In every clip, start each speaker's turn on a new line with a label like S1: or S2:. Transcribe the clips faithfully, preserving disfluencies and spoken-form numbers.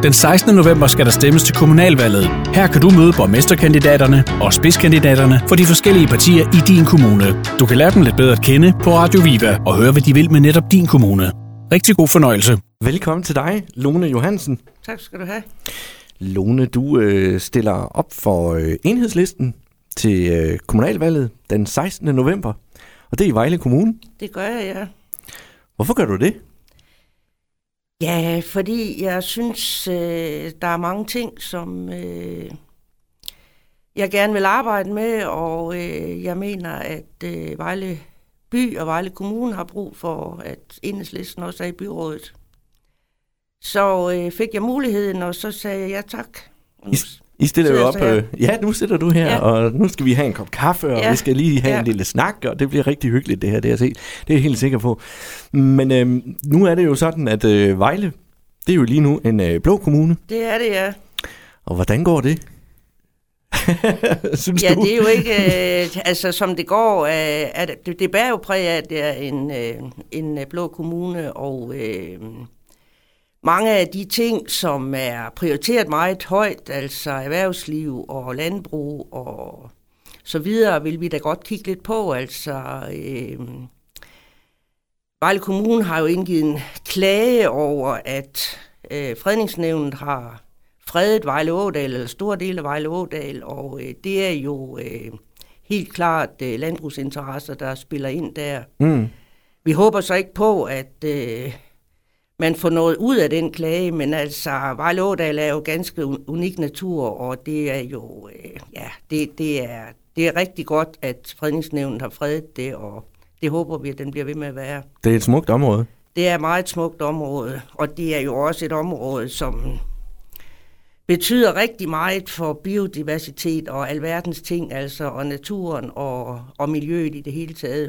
S1: Den sekstende november skal der stemmes til kommunalvalget. Her kan du møde borgmesterkandidaterne og spidskandidaterne for de forskellige partier i din kommune. Du kan lære dem lidt bedre at kende på Radio Viva og høre, hvad de vil med netop din kommune. Rigtig god fornøjelse.
S2: Velkommen til dig, Lone Johansen.
S3: Tak skal du have.
S2: Lone, du øh, stiller op for øh, Enhedslisten til øh, kommunalvalget den sekstende november, og det er i Vejle Kommune.
S3: Det gør jeg, ja.
S2: Hvorfor gør du det?
S3: Ja, fordi jeg synes, øh, der er mange ting, som øh, jeg gerne vil arbejde med, og øh, jeg mener, at øh, Vejle by og Vejle Kommune har brug for, at Enhedslisten også er i byrådet. Så øh, fik jeg muligheden, og så sagde jeg ja tak.
S2: I, I stiller jo op. Øh, ja, nu sidder du her, ja. Og nu skal vi have en kop kaffe, og ja. Vi skal lige have ja. en lille snak, og det bliver rigtig hyggeligt, det her, det, jeg set. Det er jeg helt sikker på. Men øh, nu er det jo sådan, at øh, Vejle, det er jo lige nu en øh, blå kommune.
S3: Det er det, ja.
S2: Og hvordan går det? Synes
S3: ja,
S2: du?
S3: det er jo ikke, øh, altså som det går, øh, at det, det bærer jo præg af, at det er en, øh, en blå kommune, og øh, mange af de ting, som er prioriteret meget højt, altså erhvervsliv og landbrug og så videre, vil vi da godt kigge lidt på. Altså, øh, Vejle Kommune har jo indgivet en klage over, at øh, fredningsnævnet har fredet Vejle Ådal, eller store dele af Vejle Ådal, og øh, det er jo øh, helt klart øh, landbrugsinteresser, der spiller ind der. Mm. Vi håber så ikke på, at øh, man får noget ud af den klage, men altså Vejle Ådal er jo ganske unik natur, og det er jo, øh, ja, det, det, er, det er rigtig godt, at fredningsnævnet har fredet det, og det håber vi, at den bliver ved med at være.
S2: Det er et smukt område.
S3: Det er et meget smukt område, og det er jo også et område, som betyder rigtig meget for biodiversitet og alverdens ting, altså, og naturen og, og miljøet i det hele taget.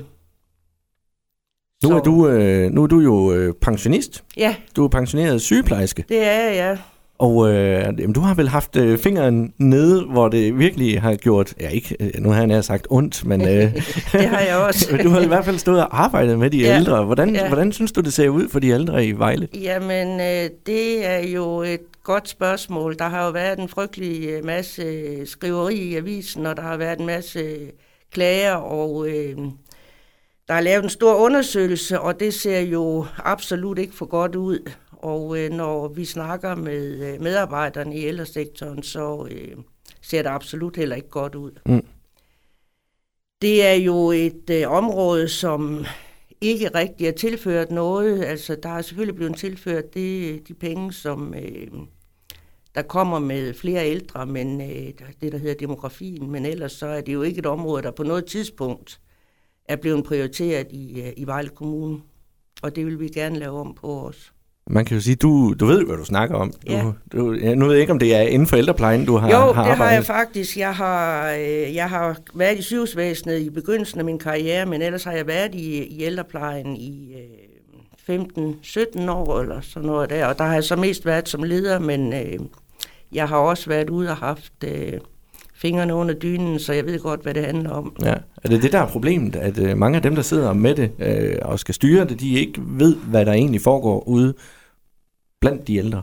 S2: Nu er, du, øh, nu er du jo øh, pensionist.
S3: Ja.
S2: Du er pensioneret sygeplejerske.
S3: Det er jeg, ja.
S2: Og øh, jamen, du har vel haft øh, fingeren nede, hvor det virkelig har gjort, ja ikke, nu har jeg sagt ondt, men øh,
S3: det har jeg også.
S2: Du har i hvert fald stået og arbejdet med de ja. ældre. Hvordan,
S3: ja.
S2: hvordan synes du, det ser ud for de ældre i Vejle?
S3: Jamen, øh, det er jo et godt spørgsmål. Der har jo været en frygtelig masse skriveri i avisen, og der har været en masse klager, og øh, der er lavet en stor undersøgelse, og det ser jo absolut ikke for godt ud. Og øh, når vi snakker med øh, medarbejderne i ældresektoren, så øh, ser det absolut heller ikke godt ud. Mm. Det er jo et øh, område, som ikke rigtig er tilført noget. Altså, der er selvfølgelig blevet tilført det, de penge, som øh, der kommer med flere ældre, men øh, det, der hedder demografien. Men ellers så er det jo ikke et område, der på noget tidspunkt er blevet prioriteret i, øh, i Vejle Kommune. Og det vil vi gerne lave om på os.
S2: Man kan jo sige, du, du ved, hvad du snakker om.
S3: Ja.
S2: Du, du, nu ved jeg ikke, om det er inden for ældreplejen, du har,
S3: jo,
S2: har
S3: arbejdet. Jo, det har jeg faktisk. Jeg har, øh, jeg har været i sygehusvæsenet i begyndelsen af min karriere, men ellers har jeg været i, i ældreplejen i øh, femten sytten år eller sådan noget der. Og der har jeg så mest været som leder, men øh, jeg har også været ude og haft øh, fingrene under dynen, så jeg ved godt, hvad det handler om.
S2: Ja. Er det det, der er problemet, at øh, mange af dem, der sidder med det øh, og skal styre det, de ikke ved, hvad der egentlig foregår ude blandt de ældre?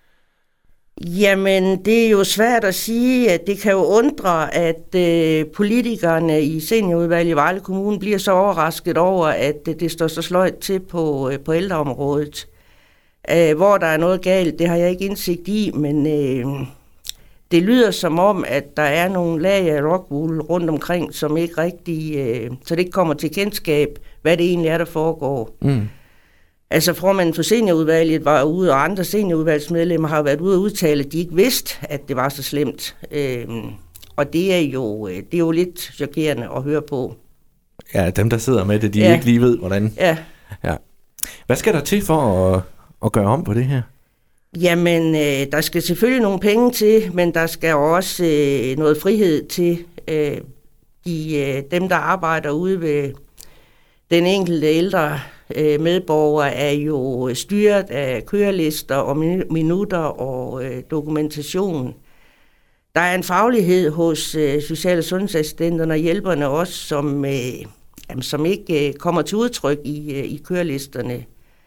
S3: Jamen, det er jo svært at sige, at det kan jo undre, at øh, politikerne i seniorudvalget i Vejle Kommune bliver så overrasket over, at øh, det står så sløjt til på, øh, på ældreområdet. Øh, hvor der er noget galt, det har jeg ikke indsigt i, men øh, det lyder som om, at der er nogle lag af rockwool rundt omkring, som ikke rigtig, øh, så det ikke kommer til kendskab, hvad det egentlig er, der foregår. Mm. Altså formanden for seniorudvalget var ude, og andre seniorudvalgsmedlemmer har været ude og udtale, at de ikke vidste, at det var så slemt. Øhm, og det er, jo, det er jo lidt chokerende at høre på.
S2: Ja, dem der sidder med det, de
S3: ja.
S2: ikke lige ved, hvordan.
S3: Ja.
S2: ja. Hvad skal der til for at, at gøre om på det her?
S3: Jamen, øh, der skal selvfølgelig nogle penge til, men der skal også øh, noget frihed til øh, de, øh, dem, der arbejder ude ved den enkelte ældre øh, medborger, er jo styret af kørelister og minutter og øh, dokumentation. Der er en faglighed hos øh, social- og sundhedsassistenterne og hjælperne også, som, øh, jamen, som ikke øh, kommer til udtryk i, øh, i kørelisterne.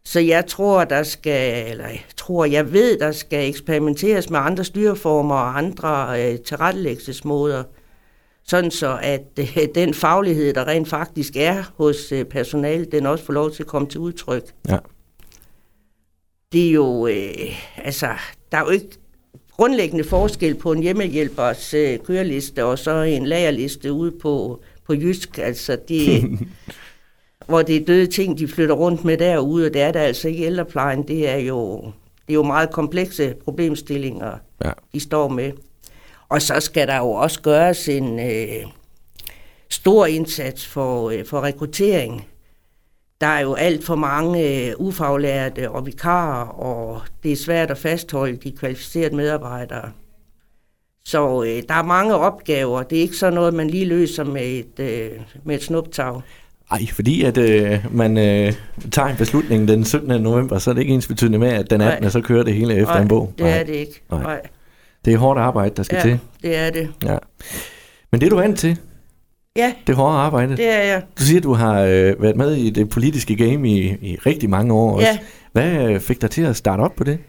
S3: Så jeg tror, der skal, eller jeg tror, jeg ved, der skal eksperimenteres med andre styreformer og andre øh, tilrettelæggelsesmåder, sådan så at øh, den faglighed, der rent faktisk er hos øh, personalet, den også får lov til at komme til udtryk.
S2: Ja.
S3: Det er jo, øh, altså, der er jo ikke grundlæggende forskel på en hjemmehjælpers øh, køreliste og så en lagerliste ude på, på Jysk, altså det... hvor det er døde ting, de flytter rundt med derude, og det er der altså ikke ældreplejen. Det er jo, det er jo meget komplekse problemstillinger, ja. de står med. Og så skal der jo også gøres en øh, stor indsats for, øh, for rekruttering. Der er jo alt for mange øh, ufaglærte og vikarer, og det er svært at fastholde de kvalificerede medarbejdere. Så øh, der er mange opgaver. Det er ikke sådan noget, man lige løser med et, øh, med et snuptag.
S2: Ej, fordi at øh, man øh, tager en beslutning den syttende november, så er det ikke ens betydende med, at den attende Nej. så kører det hele efter
S3: Nej,
S2: en bog.
S3: det Nej, det er det ikke. Nej. Nej.
S2: Det er hårdt arbejde, der skal
S3: ja,
S2: til.
S3: det er det.
S2: Ja. Men det er du vant til?
S3: Ja.
S2: Det er hårdt arbejde?
S3: Det er jeg.
S2: Du siger, at du har øh, været med i det politiske game i, i rigtig mange år også.
S3: Ja.
S2: Hvad fik dig til at starte op på det?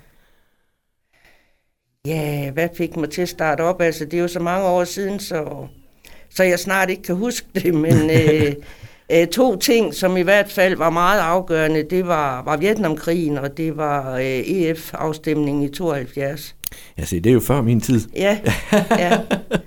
S3: Ja, hvad fik mig til at starte op? Altså, det er jo så mange år siden, så, så jeg snart ikke kan huske det, men... øh, Øh, to ting, som i hvert fald var meget afgørende, det var, var Vietnamkrigen, og det var øh, E F-afstemningen i tooghalvfjerds.
S2: Ja, se, det er jo før min tid.
S3: Ja, ja.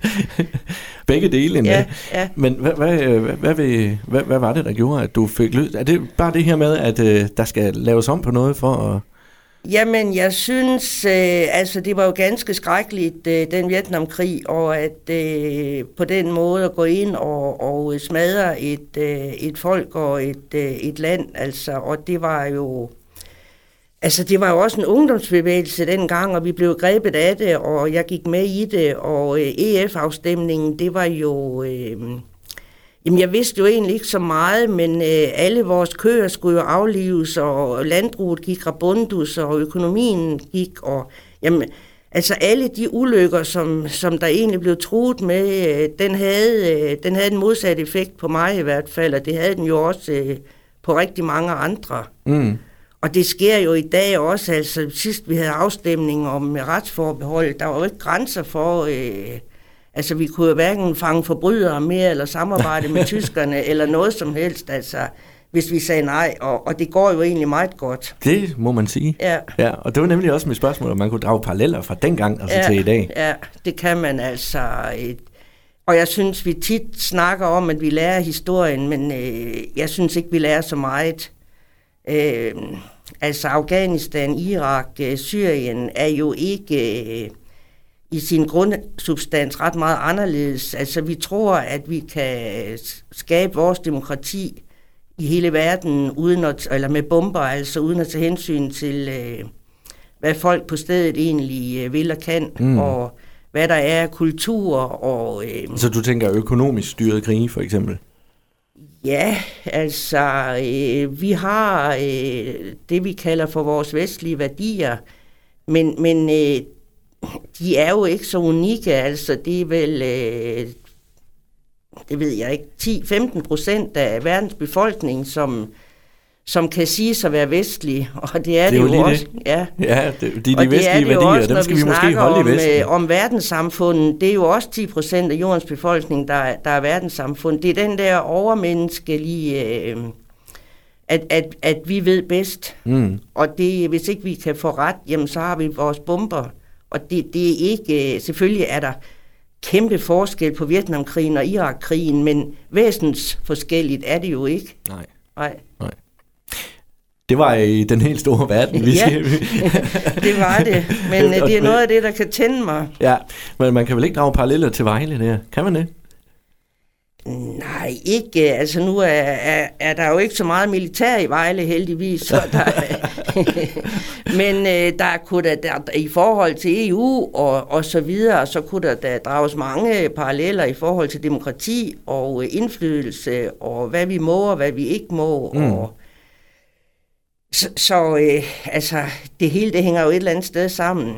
S2: Begge dele endda.
S3: Ja, ja.
S2: Men hvad, hvad, hvad, hvad, hvad, hvad var det, der gjorde, at du fik løst? Er det bare det her med, at øh, der skal laves om på noget for at...
S3: Jamen, jeg synes, øh, altså det var jo ganske skrækkeligt, øh, den Vietnamkrig, og at øh, på den måde at gå ind og, og smadre et, øh, et folk og et, øh, et land, altså, og det var jo, altså det var jo også en ungdomsbevægelse dengang, og vi blev grebet af det, og jeg gik med i det, og øh, E F-afstemningen, det var jo... Øh, Jamen, jeg vidste jo egentlig ikke så meget, men øh, alle vores køer skulle jo aflives, og landbruget gik rabundus, og økonomien gik, og jamen, altså alle de ulykker, som, som der egentlig blev truet med, øh, den, havde, øh, den havde en modsat effekt på mig i hvert fald, og det havde den jo også øh, på rigtig mange andre. Mm. Og det sker jo i dag også, altså sidst vi havde afstemning om retsforbehold, der var jo ikke grænser for... Øh, Altså, vi kunne jo hverken fange forbrydere mere, eller samarbejde med tyskerne, eller noget som helst, altså, hvis vi sagde nej, og, og det går jo egentlig meget godt.
S2: Det må man sige.
S3: Ja.
S2: Ja, og det var nemlig også mit spørgsmål, om man kunne drage paralleller fra dengang og så
S3: ja,
S2: til i dag.
S3: Ja, det kan man altså. Et, og jeg synes, vi tit snakker om, at vi lærer historien, men øh, jeg synes ikke, vi lærer så meget. Øh, altså, Afghanistan, Irak, øh, Syrien er jo ikke... Øh, i sin grundsubstans ret meget anderledes. Altså, vi tror, at vi kan skabe vores demokrati i hele verden uden at, eller med bomber, altså uden at tage hensyn til, øh, hvad folk på stedet egentlig øh, vil og kan, mm. og hvad der er kultur. Og, øh,
S2: Så du tænker økonomisk styret krige, for eksempel?
S3: Ja, altså, øh, vi har øh, det, vi kalder for vores vestlige værdier, men, men øh, de er jo ikke så unikke, altså det er vel, øh, det ved jeg ikke, ti til femten procent af verdens befolkning, som, som kan sige sig at være vestlige, og det er det, det jo også.
S2: Det. Ja, ja det, de, de
S3: og
S2: vestlige
S3: det er det
S2: værdier,
S3: også,
S2: dem skal vi, vi måske holde
S3: om,
S2: i Vesten.
S3: Øh, om verdenssamfundet, det er jo også ti procent af jordens befolkning, der, der er verdenssamfund. Det er den der overmenneskelige... Øh, At, at, at vi ved bedst, mm. og det, hvis ikke vi kan få ret, jamen så har vi vores bomber. Og det, det er ikke, selvfølgelig er der kæmpe forskel på Vietnamkrigen og Irakkrigen, men væsens forskelligt er det jo ikke.
S2: Nej.
S3: Nej.
S2: Nej. Det var i den helt store verden, vi
S3: ja,
S2: skal.
S3: det var det, men det er noget af det, der kan tænde mig.
S2: Ja, men man kan vel ikke drage paralleller til Vejle der, kan man det?
S3: Nej, ikke. Altså nu er, er, er der jo ikke så meget militær i Vejle heldigvis, så der, men øh, der kunne der, der i forhold til E U og, og så videre, så kunne der, der drages mange paralleller i forhold til demokrati og øh, indflydelse og hvad vi må og hvad vi ikke må. Mm. Og, så så øh, altså det hele det hænger jo et eller andet sted sammen.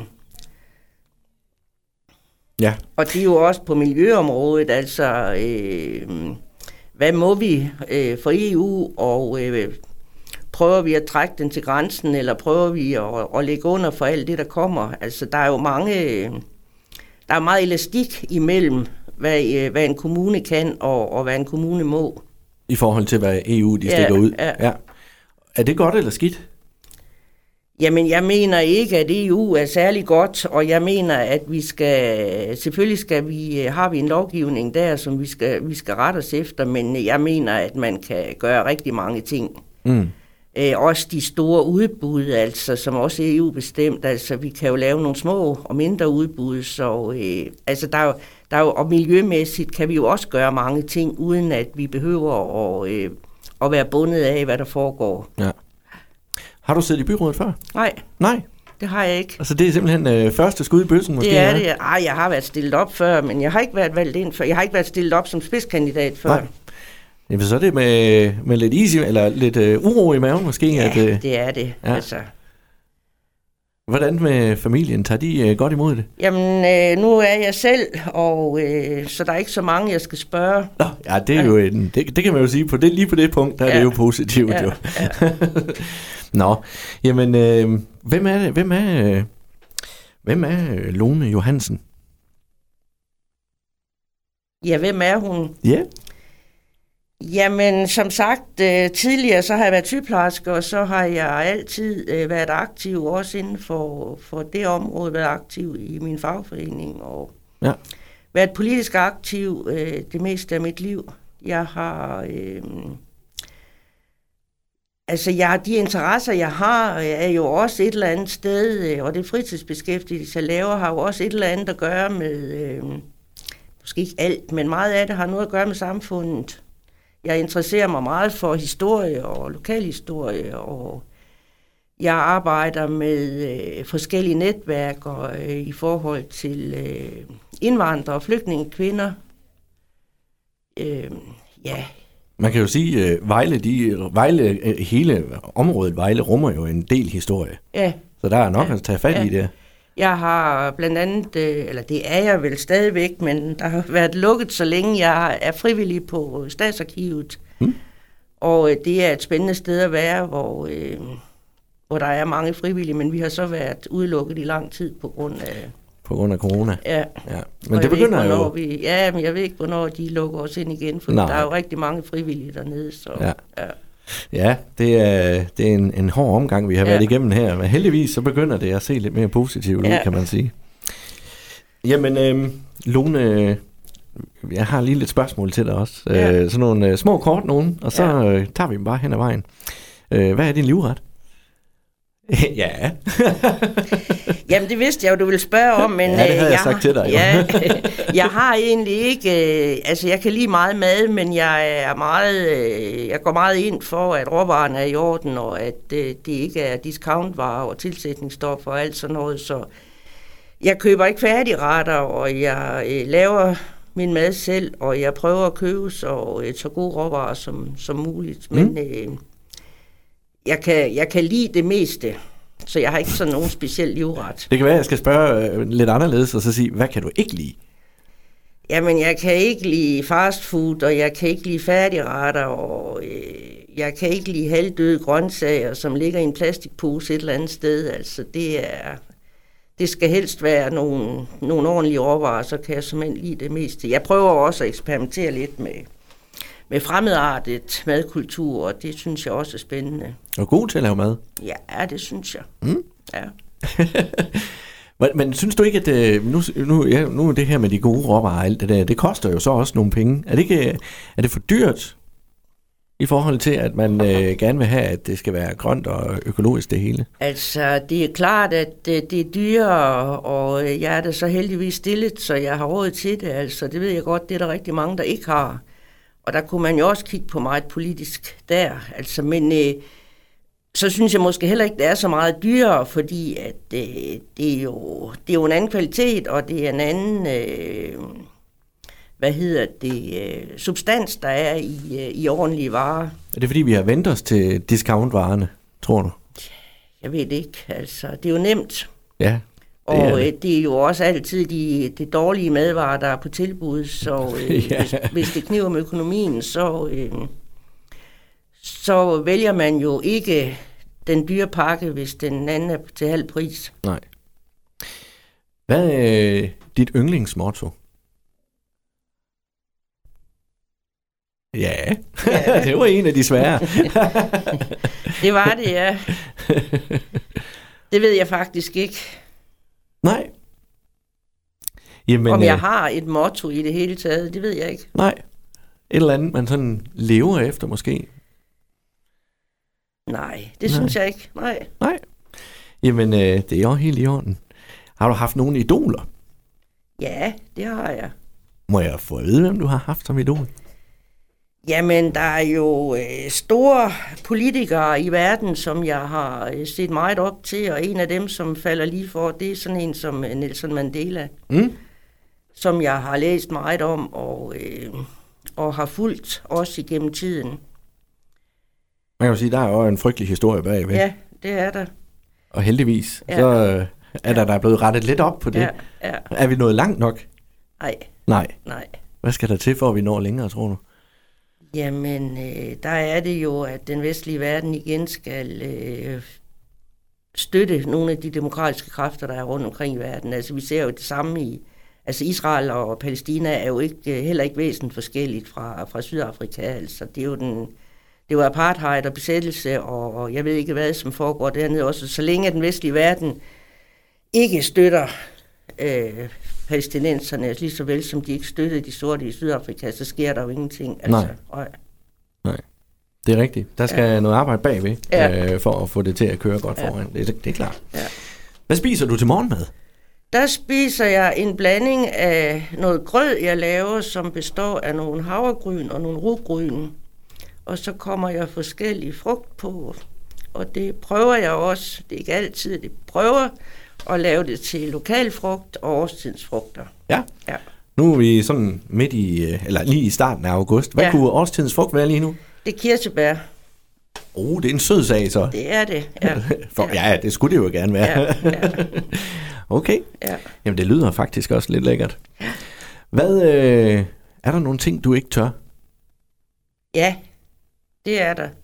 S2: Ja.
S3: Og det er jo også på miljøområdet, altså øh, hvad må vi øh, for E U og øh, prøver vi at trække den til grænsen, eller prøver vi at, at lægge under for alt det, der kommer? Altså, der er jo mange, der er meget elastik imellem, hvad, hvad en kommune kan, og, og hvad en kommune må.
S2: I forhold til, hvad E U de
S3: ja,
S2: stikker ud?
S3: Ja.
S2: ja. Er det godt eller skidt?
S3: Jamen, jeg mener ikke, at E U er særlig godt, og jeg mener, at vi skal, selvfølgelig skal vi, har vi en lovgivning der, som vi skal, vi skal rette os efter, men jeg mener, at man kan gøre rigtig mange ting. Mm. Øh, også de store udbud, altså, som også E U bestemt, altså vi kan jo lave nogle små og mindre udbud, så øh, altså, der er jo, der er jo, og miljømæssigt kan vi jo også gøre mange ting, uden at vi behøver at, øh, at være bundet af, hvad der foregår.
S2: Ja. Har du siddet i byrådet før?
S3: Nej.
S2: Nej?
S3: Det har jeg ikke.
S2: Altså det er simpelthen øh, første skud i bøssen måske?
S3: Det er det. Ej, jeg har været stillet op før, men jeg har ikke været valgt ind før. Jeg har ikke været stillet op som spidskandidat før.
S2: Nej. Jamen så er det med, med lidt easy, eller lidt øh, uro i maven måske?
S3: Ja,
S2: at, øh,
S3: det er det. Ja. Altså.
S2: Hvordan med familien? Tager de øh, godt imod det?
S3: Jamen, øh, nu er jeg selv, og øh, så der er ikke så mange, jeg skal spørge.
S2: Nå, ja, det er ja. jo en, det, det kan man jo sige, på det, lige på det punkt, der ja. er det jo positivt.
S3: Ja.
S2: Jo.
S3: Ja.
S2: Nå, jamen, øh, hvem er det? Hvem er, øh, hvem er Lone Johansen?
S3: Ja, hvem er hun?
S2: Ja. Yeah.
S3: Jamen, som sagt, øh, tidligere så har jeg været sygeplejerske, og så har jeg altid øh, været aktiv, også inden for, for det område, været aktiv i min fagforening, og ja. været politisk aktiv øh, det meste af mit liv. Jeg har, øh, altså jeg, de interesser, jeg har, er jo også et eller andet sted, øh, og det fritidsbeskæftigelse, jeg laver, har jo også et eller andet at gøre med, øh, måske ikke alt, men meget af det har noget at gøre med samfundet. Jeg interesserer mig meget for historie og lokalhistorie, og jeg arbejder med øh, forskellige netværker øh, i forhold til øh, indvandrere og flygtningekvinder. Øh, ja.
S2: Man kan jo sige, at Vejle, de, Vejle, hele området Vejle rummer jo en del historie.
S3: Ja.
S2: Så der er nok
S3: ja.
S2: at tage fat
S3: ja.
S2: i det.
S3: Jeg har blandt andet, eller det er jeg vel stadigvæk, men der har været lukket, så længe jeg er frivillig på Statsarkivet. Hmm. Og det er et spændende sted at være, hvor, øh, hvor der er mange frivillige, men vi har så været udelukket i lang tid på grund af...
S2: På grund af corona?
S3: Ja.
S2: ja. Men det begynder
S3: ikke,
S2: jo...
S3: Vi, ja, men jeg ved ikke, hvornår de lukker os ind igen, for Nej. der er jo rigtig mange frivillige dernede, så...
S2: Ja.
S3: ja.
S2: Ja, det er, det er en, en hård omgang, vi har ja. været igennem her, men heldigvis så begynder det at se lidt mere positivt ja. ud, kan man sige. Jamen, øh, Lone, jeg har lige lidt spørgsmål til dig også. Ja. Øh, sådan nogle øh, små kort nogen, og så ja. øh, tager vi dem bare hen ad vejen. Øh, hvad er din livret? ja.
S3: Jamen, det vidste jeg jo, du ville spørge om, men...
S2: Ja, det havde jeg, jeg sagt
S3: har,
S2: til dig.
S3: Ja, jeg har egentlig ikke... Øh, altså, jeg kan lide meget mad, men jeg er meget... Øh, jeg går meget ind for, at råvarerne er i orden, og at øh, det ikke er discountvarer og tilsætningsstoffer og alt sådan noget, så... Jeg køber ikke færdigretter, og jeg øh, laver min mad selv, og jeg prøver at købe så, øh, så gode råvarer som, som muligt, mm. men... Øh, Jeg kan, jeg kan lide det meste, så jeg har ikke sådan nogen speciel livret.
S2: Det kan være, at jeg skal spørge øh, lidt anderledes, og så sige, hvad kan du ikke lide?
S3: Jamen, jeg kan ikke lide fastfood, og jeg kan ikke lide færdigretter, og øh, jeg kan ikke lide halvdøde grøntsager, som ligger i en plastikpose et eller andet sted. Altså, det er... Det skal helst være nogle, nogle ordentlige råvarer, så kan jeg simpelthen lide det meste. Jeg prøver også at eksperimentere lidt med... med fremmedartet madkultur, og det synes jeg også er spændende.
S2: Og god til at lave mad?
S3: Ja, det synes jeg.
S2: Mm.
S3: Ja.
S2: men, men synes du ikke, at nu, nu, ja, nu er det her med de gode råvarer og alt det der, det koster jo så også nogle penge. Er det, ikke, er det for dyrt i forhold til, at man øh, gerne vil have, at det skal være grønt og økologisk det hele?
S3: Altså, det er klart, at det, det er dyrere, og jeg er da så heldigvis stillet, så jeg har råd til det. Altså, det ved jeg godt, det er der rigtig mange, der ikke har. Og der kunne man jo også kigge på meget politisk der. Altså, men øh, så synes jeg måske heller ikke, det er så meget dyrere, fordi at, øh, det, er jo, det er jo en anden kvalitet, og det er en anden, øh, hvad hedder det, øh, substans, der er i, øh, i ordentlige varer.
S2: Er det fordi, vi har vendt os til discountvarerne, tror du?
S3: Jeg ved det ikke. Altså, det er jo nemt.
S2: Ja.
S3: Det og det. det er jo også altid de, de dårlige madvarer, der er på tilbud, så øh, ja. hvis, hvis det kniver med økonomien, så, øh, så vælger man jo ikke den dyre pakke, hvis den anden er til halv pris.
S2: Nej. Hvad er dit yndlingsmotto? Ja, ja. Det var en af de svære.
S3: Det var det, ja. Det ved jeg faktisk ikke.
S2: Nej. Jamen,
S3: om jeg har et motto i det hele taget, det ved jeg ikke.
S2: Nej. Et eller andet, man sådan lever efter måske?
S3: Nej, det
S2: Nej.
S3: synes jeg ikke. Nej.
S2: Nej. Jamen, øh, det er jo helt i orden. Har du haft nogle idoler?
S3: Ja, det har jeg.
S2: Må jeg få at vide, hvem du har haft som idol?
S3: Jamen, der er jo øh, store politikere i verden, som jeg har øh, set meget op til, og en af dem, som falder lige for, det er sådan en som øh, Nelson Mandela, mm. som jeg har læst meget om, og, øh, og har fulgt også igennem tiden.
S2: Man kan jo sige, der er jo en frygtelig historie bagved.
S3: Ja, det er der.
S2: Og heldigvis,
S3: ja.
S2: så øh, er der, der er blevet rettet lidt op på det.
S3: Ja, ja.
S2: Er vi nået langt nok?
S3: Nej.
S2: Nej.
S3: Nej.
S2: Hvad skal der til, for at vi når længere, tror du?
S3: Jamen, øh, der er det jo, at den vestlige verden igen skal øh, støtte nogle af de demokratiske kræfter, der er rundt omkring i verden. Altså, vi ser jo det samme i... Altså, Israel og Palæstina er jo ikke, heller ikke væsentligt forskelligt fra, fra Sydafrika. Altså, det er jo den... Det var apartheid og besættelse, og, og jeg ved ikke hvad, som foregår dernede også. Så længe den vestlige verden ikke støtter øh, palæstinenserne, lige så vel som de ikke støttede de sorte i Sydafrika, så sker der jo ingenting. Altså,
S2: Nej.
S3: Og,
S2: Nej, det er rigtigt. Der skal ja. noget arbejde bagved,
S3: ja.
S2: øh, for at få det til at køre godt
S3: ja.
S2: foran. Det, det er klart.
S3: Ja.
S2: Hvad spiser du til morgenmad?
S3: Der spiser jeg en blanding af noget grød, jeg laver, som består af nogle havregryn og nogle ruggryn. Og så kommer jeg forskellige frugt på, og det prøver jeg også, det er ikke altid, det prøver at lave det til lokalfrugt og årstidsfrugter.
S2: Ja.
S3: ja.
S2: Nu er vi sådan midt i, eller lige i starten af august. Hvad ja. kunne årstidens frugt være lige nu?
S3: Det er kirsebær.
S2: Oh, det er en sød sag så.
S3: Det er det, ja.
S2: For, ja. ja, det skulle det jo gerne være.
S3: Ja, ja.
S2: Okay.
S3: Ja.
S2: Jamen, det lyder faktisk også lidt lækkert. Hvad, øh, er der nogle ting, du ikke tør?
S3: Ja, det er der.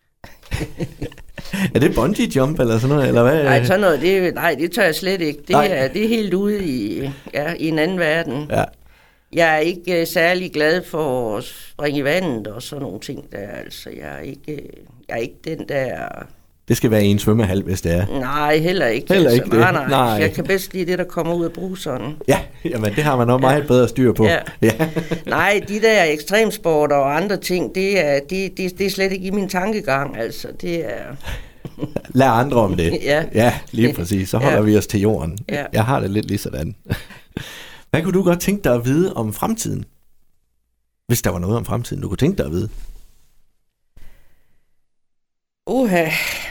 S2: Er det bungee jump eller sådan noget, eller hvad?
S3: Nej, sådan noget, det, nej, det tør jeg slet ikke. Det er, det er helt ude i, ja, i en anden verden.
S2: Ja.
S3: Jeg er ikke uh, særlig glad for at springe i vandet og sådan nogle ting der. Altså, jeg er ikke, jeg er ikke den der...
S2: Det skal være i en svømmehal, hvis det er.
S3: Nej, heller ikke.
S2: Heller
S3: altså,
S2: ikke det.
S3: Nej, nej.
S2: nej.
S3: Jeg kan bedst lide det, der kommer ud af bruseren.
S2: Ja, jamen det har man nok meget ja. bedre styr på.
S3: Ja.
S2: Ja.
S3: Nej, de der ekstremsport og andre ting, det er, det, det, det er slet ikke i min tankegang. Altså, det er...
S2: Lad andre om det.
S3: Ja.
S2: Ja, lige præcis. Så holder ja. vi os til jorden.
S3: Ja.
S2: Jeg har det lidt lige sådan. Hvad kunne du godt tænke dig at vide om fremtiden? Hvis der var noget om fremtiden, du kunne tænke dig at vide.
S3: Uha.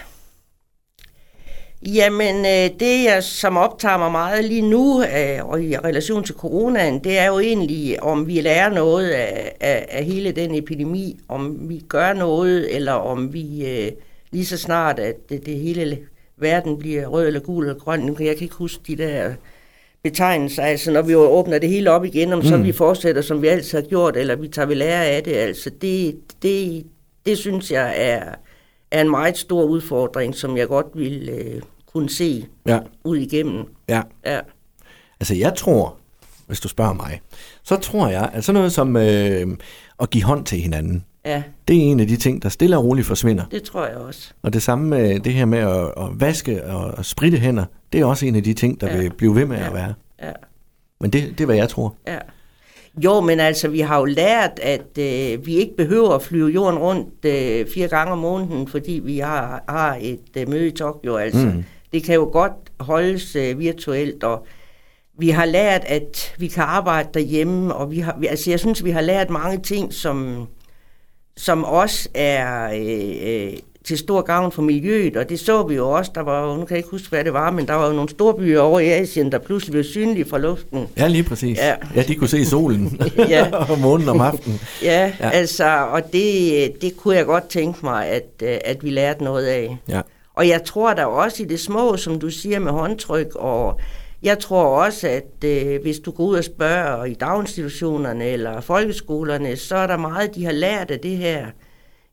S3: Jamen, det jeg som optager mig meget lige nu, og i relation til coronaen, det er jo egentlig, om vi lærer noget af, af, af hele den epidemi, om vi gør noget, eller om vi lige så snart, at det, det hele verden bliver rød eller gul eller grøn. Jeg kan ikke huske de der betegnelser, altså når vi åbner det hele op igen, om mm. så vi fortsætter, som vi altid har gjort, eller vi tager vi lære af det. Altså det, det, det synes jeg er, er en meget stor udfordring, som jeg godt vil øh, kunne se ja. ud igennem.
S2: Ja.
S3: ja.
S2: Altså jeg tror, hvis du spørger mig, så tror jeg, at sådan noget som øh, at give hånd til hinanden,
S3: ja.
S2: det er en af de ting, der stille og roligt forsvinder.
S3: Det tror jeg også.
S2: Og det samme med det her med at, at vaske og at spritte hænder, det er også en af de ting, der ja. vil blive ved med ja. at være.
S3: Ja.
S2: Men det, det er, hvad jeg tror.
S3: Ja. Jo, men altså, vi har jo lært, at øh, vi ikke behøver at flyve jorden rundt øh, fire gange om måneden, fordi vi har, har et øh, møde i Tokyo. Altså. Mm. Det kan jo godt holdes øh, virtuelt, og vi har lært, at vi kan arbejde derhjemme, og vi har, vi, altså, jeg synes, vi har lært mange ting, som, som også er øh, til stor gavn for miljøet, og det så vi jo også. Der var jo, nu kan jeg ikke huske, hvad det var, men der var jo nogle store byer over i Asien, der pludselig blev synlige fra luften.
S2: Ja, lige præcis. Ja, ja de kunne se solen
S3: ja.
S2: og månen om aftenen.
S3: Ja, ja, altså, og det, det kunne jeg godt tænke mig, at, at vi lærte noget af.
S2: Ja.
S3: Og jeg tror da også i det små, som du siger, med håndtryk, og jeg tror også, at øh, hvis du går ud og spørger i daginstitutionerne eller folkeskolerne, så er der meget, de har lært af det her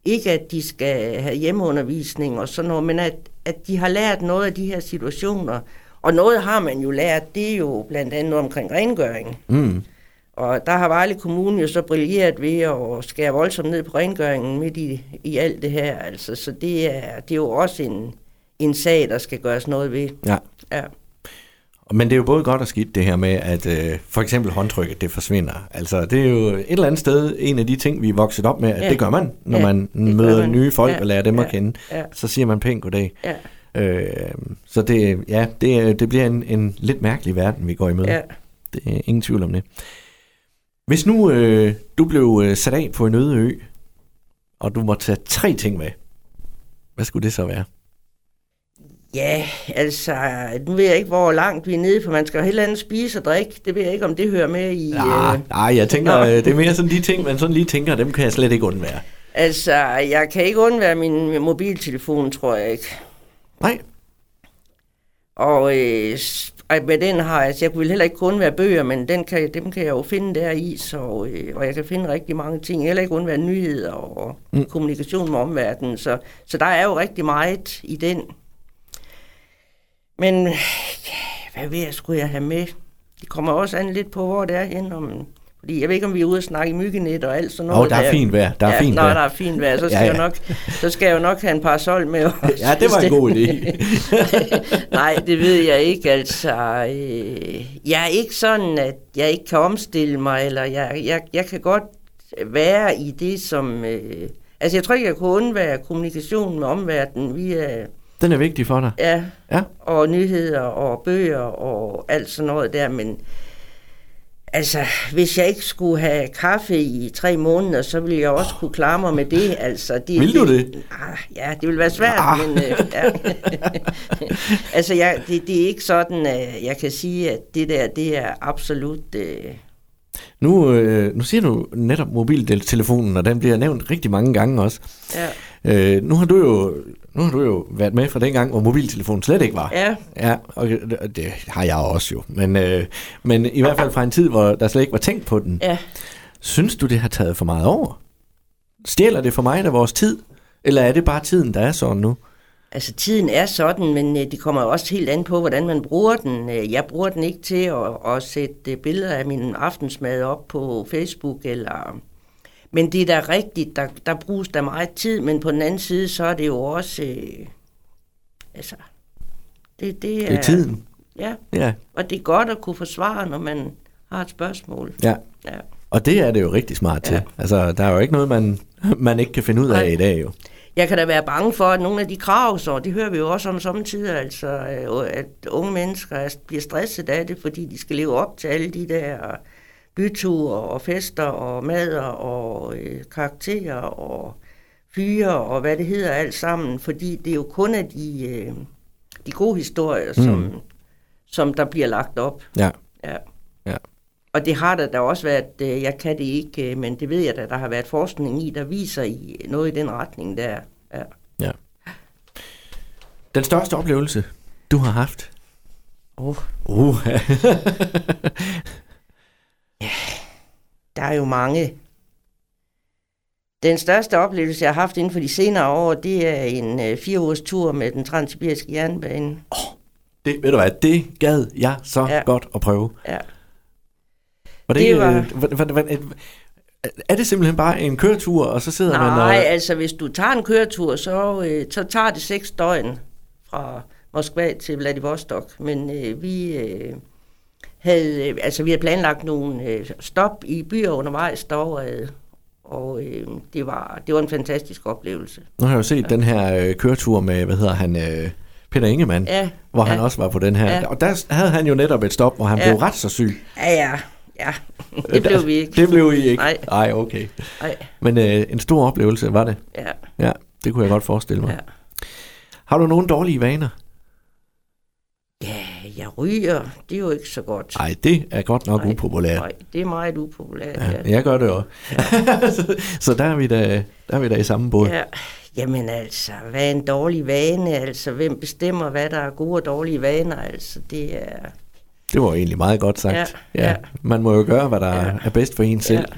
S3: ikke at de skal have hjemmeundervisning og sådan noget, men at, at de har lært noget af de her situationer. Og noget har man jo lært, det er jo blandt andet noget omkring rengøring. Mm. Og der har Vejle Kommune jo så brilleret ved at skære voldsomt ned på rengøringen midt i, i alt det her. Altså, så det er, det er jo også en, en sag, der skal gøres noget ved.
S2: Ja.
S3: Ja.
S2: Men det er jo både godt og skidt det her med, at øh, for eksempel håndtrykket, det forsvinder. Altså, det er jo et eller andet sted en af de ting, vi er vokset op med, at ja. det gør man, når ja, man møder man. nye folk ja. og lærer dem ja. at kende. Ja. Så siger man pænt goddag. Ja. Øh, så det, ja, det, det bliver en, en lidt mærkelig verden, vi går imod. Ja. Det er ingen tvivl om det. Hvis nu øh, du blev øh, sat af på en øde ø, og du måtte tage tre ting med, hvad skulle det så være?
S3: Ja, altså, nu ved jeg ikke, hvor langt vi er nede, for man skal jo heller andet spise og drikke. Det ved jeg ikke, om det hører med i...
S2: Nej, øh... nej jeg tænker, Nå. det er mere sådan de ting, man sådan lige tænker, dem kan jeg slet ikke undvære.
S3: Altså, jeg kan ikke undvære min mobiltelefon, tror jeg ikke.
S2: Nej.
S3: Og øh, med den har jeg, altså, jeg ville heller ikke kun være bøger, men den kan, dem kan jeg jo finde der i, så, øh, og jeg kan finde rigtig mange ting. Heller ikke kun være nyheder og mm. kommunikation med omverdenen, så, så der er jo rigtig meget i den. Men hvad ved jeg, skulle jeg have med? Det kommer også an lidt på, hvor det er hen, om... Fordi jeg ved ikke, om vi er ude og snakke i myggenet og alt sådan noget.
S2: Åh, oh, der er fint vejr. Der er
S3: ja,
S2: fint
S3: når
S2: vejr.
S3: der er fint vejr, så skal, ja, ja. Jeg, nok, så skal jeg jo nok have en parasol med også.
S2: Ja, det var en god idé.
S3: Nej, det ved jeg ikke. Altså, øh, jeg er ikke sådan, at jeg ikke kan omstille mig, eller jeg, jeg, jeg kan godt være i det, som... Øh, altså, jeg tror ikke, jeg kunne undvære kommunikation med omverdenen via...
S2: Den er vigtig for dig?
S3: Ja, ja. Og nyheder og bøger og alt sådan noget der, men... Altså, hvis jeg ikke skulle have kaffe i tre måneder, så ville jeg også kunne klare mig med det. Altså, det
S2: vil du det?
S3: Ah, ja, det ville være svært, ah. men... Øh, ja. altså, jeg, det, det er ikke sådan, at jeg kan sige, at det der, det er absolut... Øh...
S2: Nu, øh, nu siger du netop mobiltelefonen, og den bliver nævnt rigtig mange gange også. Ja. Øh, nu har du jo... Nu har du jo været med fra dengang, hvor mobiltelefonen slet ikke var.
S3: Ja.
S2: Ja, og det har jeg også jo. Men, øh, men i hvert fald fra en tid, hvor der slet ikke var tænkt på den.
S3: Ja.
S2: Synes du, det har taget for meget over? Stjæler det for meget af vores tid? Eller er det bare tiden, der er sådan nu?
S3: Altså, tiden er sådan, men det kommer også helt an på, hvordan man bruger den. Jeg bruger den ikke til at, at sætte billeder af min aftensmad op på Facebook eller... Men det er da rigtigt, der, der bruges der meget tid, men på den anden side, så er det jo også, øh, altså, det, det, er,
S2: det er tiden.
S3: Ja,
S2: ja,
S3: og det er godt at kunne forsvare, når man har et spørgsmål.
S2: Ja, ja. Og det er det jo rigtig smart til. Ja. Altså, der er jo ikke noget, man, man ikke kan finde ud af Nej. i dag jo.
S3: Jeg kan da være bange for, at nogle af de krav, så det hører vi jo også om samtidig, altså, at unge mennesker bliver stresset af det, fordi de skal leve op til alle de der... byture og fester og mader og øh, karakterer og fyre og hvad det hedder alt sammen, fordi det er jo kun af de, øh, de gode historier, mm. som, som der bliver lagt op.
S2: Ja.
S3: Ja.
S2: Ja.
S3: Og det har der da også været, øh, jeg kan det ikke, øh, men det ved jeg da, der har været forskning i, der viser i noget i den retning der. Ja.
S2: Ja. Den største oplevelse, du har haft?
S3: Åh.
S2: Oh. Uh.
S3: Ja, der er jo mange. Den største oplevelse, jeg har haft inden for de senere år, det er en øh, fire ugers tur med den transsibiriske jernbane.
S2: Oh, det, ved du hvad, det gad jeg så ja. godt at prøve.
S3: Ja.
S2: Var det, det var... øh, var, var, var, er det simpelthen bare en køretur, og så sidder
S3: Nej,
S2: man og...
S3: Nej, altså hvis du tager en køretur, så, øh, så tager det seks døgn fra Moskva til Vladivostok. Men øh, vi... Øh, Havde, altså vi havde planlagt nogle øh, stop i byer undervejs derovre, og øh, det, var, det var en fantastisk oplevelse.
S2: Nu har jeg jo set ja. den her øh, køretur med, hvad hedder han, øh, Peter Ingemann,
S3: ja.
S2: hvor
S3: ja.
S2: han også var på den her.
S3: Ja.
S2: Og der havde han jo netop et stop, hvor han ja. blev ret så syg.
S3: Ja, ja, ja. Det blev vi ikke.
S2: Det blev I ikke?
S3: Nej.
S2: Ej, okay.
S3: Nej.
S2: Men øh, en stor oplevelse var det?
S3: Ja.
S2: Ja, det kunne jeg godt forestille mig.
S3: Ja.
S2: Har du nogle dårlige vaner?
S3: Ja, jeg ryger. Det er jo ikke så godt.
S2: Nej, det er godt nok
S3: nej,
S2: upopulært.
S3: Nej, det er meget upopulært.
S2: Ja, ja. Jeg gør det også. Ja. så, så der er vi da, der er vi da i samme båd.
S3: Ja. Jamen altså, hvad er en dårlig vane? Altså, hvem bestemmer, hvad der er gode og dårlige vaner? Altså, det er...
S2: Det var egentlig meget godt sagt.
S3: Ja,
S2: ja.
S3: Ja.
S2: Man må jo gøre, hvad der ja. er bedst for en selv. Ja.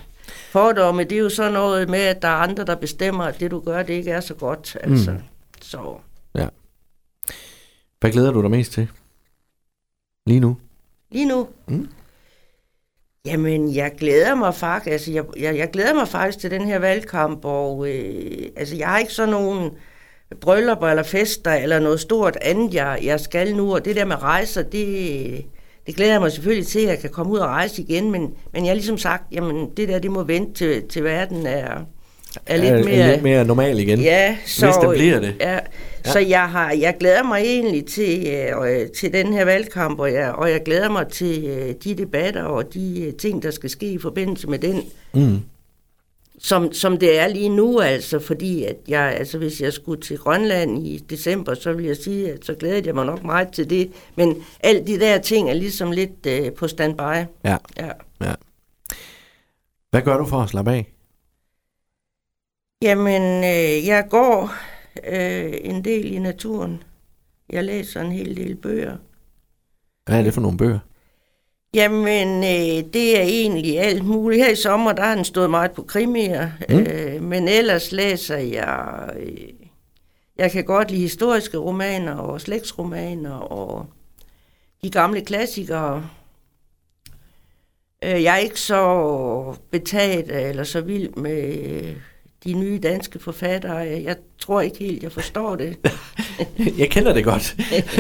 S3: Fordomme, det er jo sådan noget med, at der er andre, der bestemmer, at det du gør, det ikke er så godt. Altså. Mm. Så.
S2: Ja. Hvad glæder du dig mest til? Lige nu?
S3: Lige nu? Mm. Jamen, jeg glæder mig faktisk, altså, jeg, jeg, jeg glæder mig faktisk til den her valgkamp, og øh, altså, jeg har ikke sådan nogen bryllupper eller fester eller noget stort andet, jeg, jeg skal nu, og det der med rejser, det, det glæder jeg mig selvfølgelig til, at jeg kan komme ud og rejse igen, men, men jeg har ligesom sagt, jamen, det der, det må vente til, til verden er, er lidt
S2: er,
S3: mere...
S2: Er lidt mere normal igen,
S3: ja, så,
S2: hvis der bliver det.
S3: Ja, ja. Så jeg, har, jeg glæder mig egentlig til, øh, til den her valgkamp, og jeg, og jeg glæder mig til øh, de debatter og de øh, ting, der skal ske i forbindelse med den. Mm. Som, som det er lige nu, altså, fordi at jeg, altså, hvis jeg skulle til Grønland i december, så vil jeg sige, at så glæder jeg mig nok meget til det. Men alle de der ting er ligesom lidt øh, på standby.
S2: Ja. Ja. Ja. Hvad gør du for at slappe af?
S3: Jamen, øh, jeg går øh, en del i naturen. Jeg læser en hel del bøger.
S2: Hvad er det for nogle bøger?
S3: Jamen, øh, det er egentlig alt muligt. Her i sommer, der har den stået meget på krimier, mm. øh, men ellers læser jeg... Øh, jeg kan godt lide historiske romaner og slægtsromaner og de gamle klassikere. Øh, jeg er ikke så betaget eller så vild med de nye danske forfattere. Jeg tror ikke helt, jeg forstår det.
S2: Jeg kender det godt.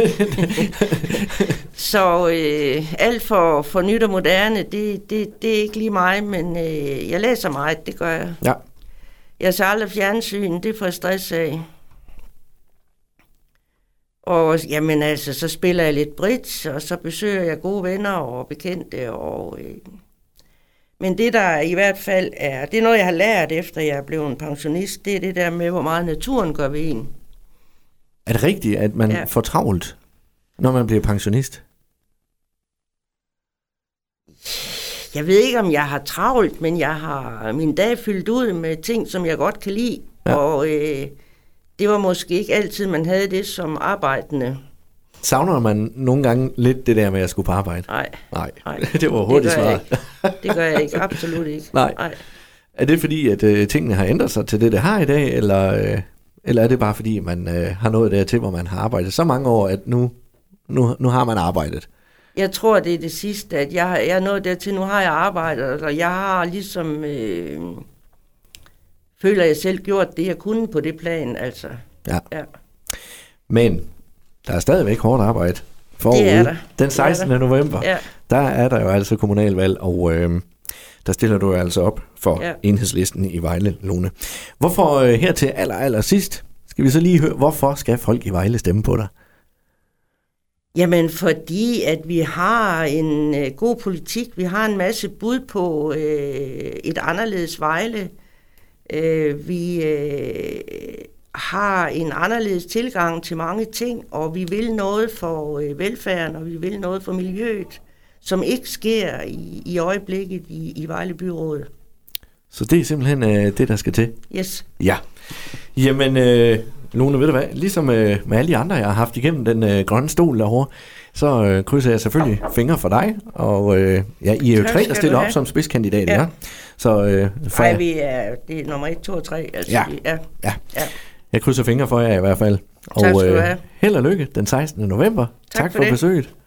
S3: Så øh, alt for, for nyt og moderne, det, det, det er ikke lige mig, men øh, jeg læser meget, det gør jeg.
S2: Ja.
S3: Jeg ser aldrig fjernsyn, det får jeg stress af. Og jamen altså, så spiller jeg lidt bridge, og så besøger jeg gode venner og bekendte. Og, øh, men det der i hvert fald er, det er noget, jeg har lært efter jeg er blevet en pensionist, det er det der med, hvor meget naturen gør ved en.
S2: Er det rigtigt, at man ja. får travlt, når man bliver pensionist?
S3: Jeg ved ikke, om jeg har travlt, men jeg har min dag fyldt ud med ting, som jeg godt kan lide. Ja. Og øh, det var måske ikke altid, man havde det som arbejdende.
S2: Savner man nogle gange lidt det der med, at jeg skulle på arbejde?
S3: Nej.
S2: Nej, Nej. Det var hurtigt svaret.
S3: Det gør jeg ikke, absolut ikke.
S2: Nej. Nej. Er det fordi, at øh, tingene har ændret sig til det, det har i dag, eller, øh, eller er det bare fordi, man øh, har nået dertil, hvor man har arbejdet så mange år, at nu, nu, nu har man arbejdet?
S3: Jeg tror, det er det sidste, at jeg, jeg er nået dertil, nu har jeg arbejdet, og jeg har ligesom, øh, føler jeg selv gjort det, jeg kunne på det plan, altså.
S2: Ja. Ja. Men der er stadigvæk hårdt arbejde forude.
S3: Det er der.
S2: Den sekstende november,
S3: ja.
S2: Der er der jo altså kommunalvalg, og øh, der stiller du altså op for ja. Enhedslisten i Vejle, Lone. Hvorfor øh, her til aller, aller sidst, skal vi så lige høre, hvorfor skal folk i Vejle stemme på dig?
S3: Jamen, fordi at vi har en øh, god politik, vi har en masse bud på øh, et anderledes Vejle. Øh, vi øh, har en anderledes tilgang til mange ting, og vi vil noget for øh, velfærden, og vi vil noget for miljøet, som ikke sker i, i øjeblikket i, i Vejle Byrådet.
S2: Så det er simpelthen øh, det, der skal til?
S3: Yes.
S2: Ja. Jamen, øh, Lone, ved du hvad? Ligesom øh, med alle de andre, jeg har haft igennem den øh, grønne stol derovre, så øh, krydser jeg selvfølgelig fingre for dig, og øh, ja, I er jo tre, der stiller op som spidskandidat, ja. ja. Så, øh,
S3: Nej, vi er, det er nummer et, to og tre. Altså,
S2: ja.
S3: Vi, ja.
S2: ja. Ja. Jeg krydser fingre for jer i hvert fald.
S3: Og tak skal du have.
S2: Øh, held og lykke den sekstende november. Tak, tak for, for besøget.